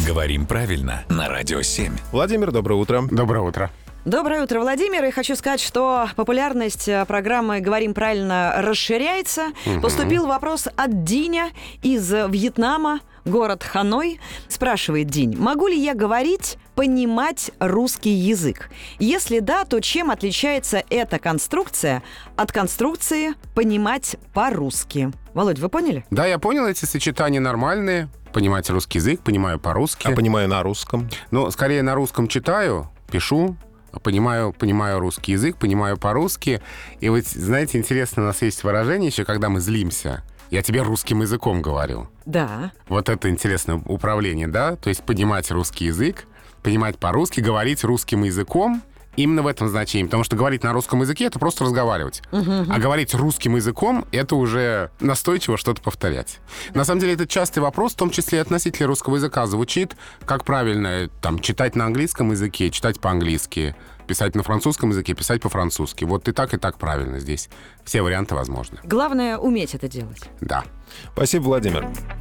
Говорим правильно на Радио 7. Владимир, доброе утро. Доброе утро. Доброе утро, Владимир. И хочу сказать, что популярность программы «Говорим правильно» расширяется. Поступил вопрос от Диня из Вьетнама, город Ханой. Спрашивает Динь: могу ли я говорить, понимать русский язык? Если да, то чем отличается эта конструкция от конструкции «понимать по-русски»? Володь, вы поняли? Да, я понял, эти сочетания нормальные. Понимать русский язык, понимаю по-русски. А понимаю на русском? Ну, скорее на русском читаю, пишу. Понимаю русский язык, понимаю по-русски. И вот, знаете, интересно, у нас есть выражение еще, когда мы злимся. Я тебе русским языком говорю. Да. Вот это интересное управление, да? То есть понимать русский язык, понимать по-русски, говорить русским языком. Именно в этом значении. Потому что говорить на русском языке — это просто разговаривать. А говорить русским языком — это уже настойчиво что-то повторять. На самом деле, это частый вопрос, в том числе и относительно русского языка, звучит, как правильно там, читать на английском языке, читать по-английски, писать на французском языке, писать по-французски. Вот и так правильно здесь. Все варианты возможны. Главное — уметь это делать. Да. Спасибо, Владимир.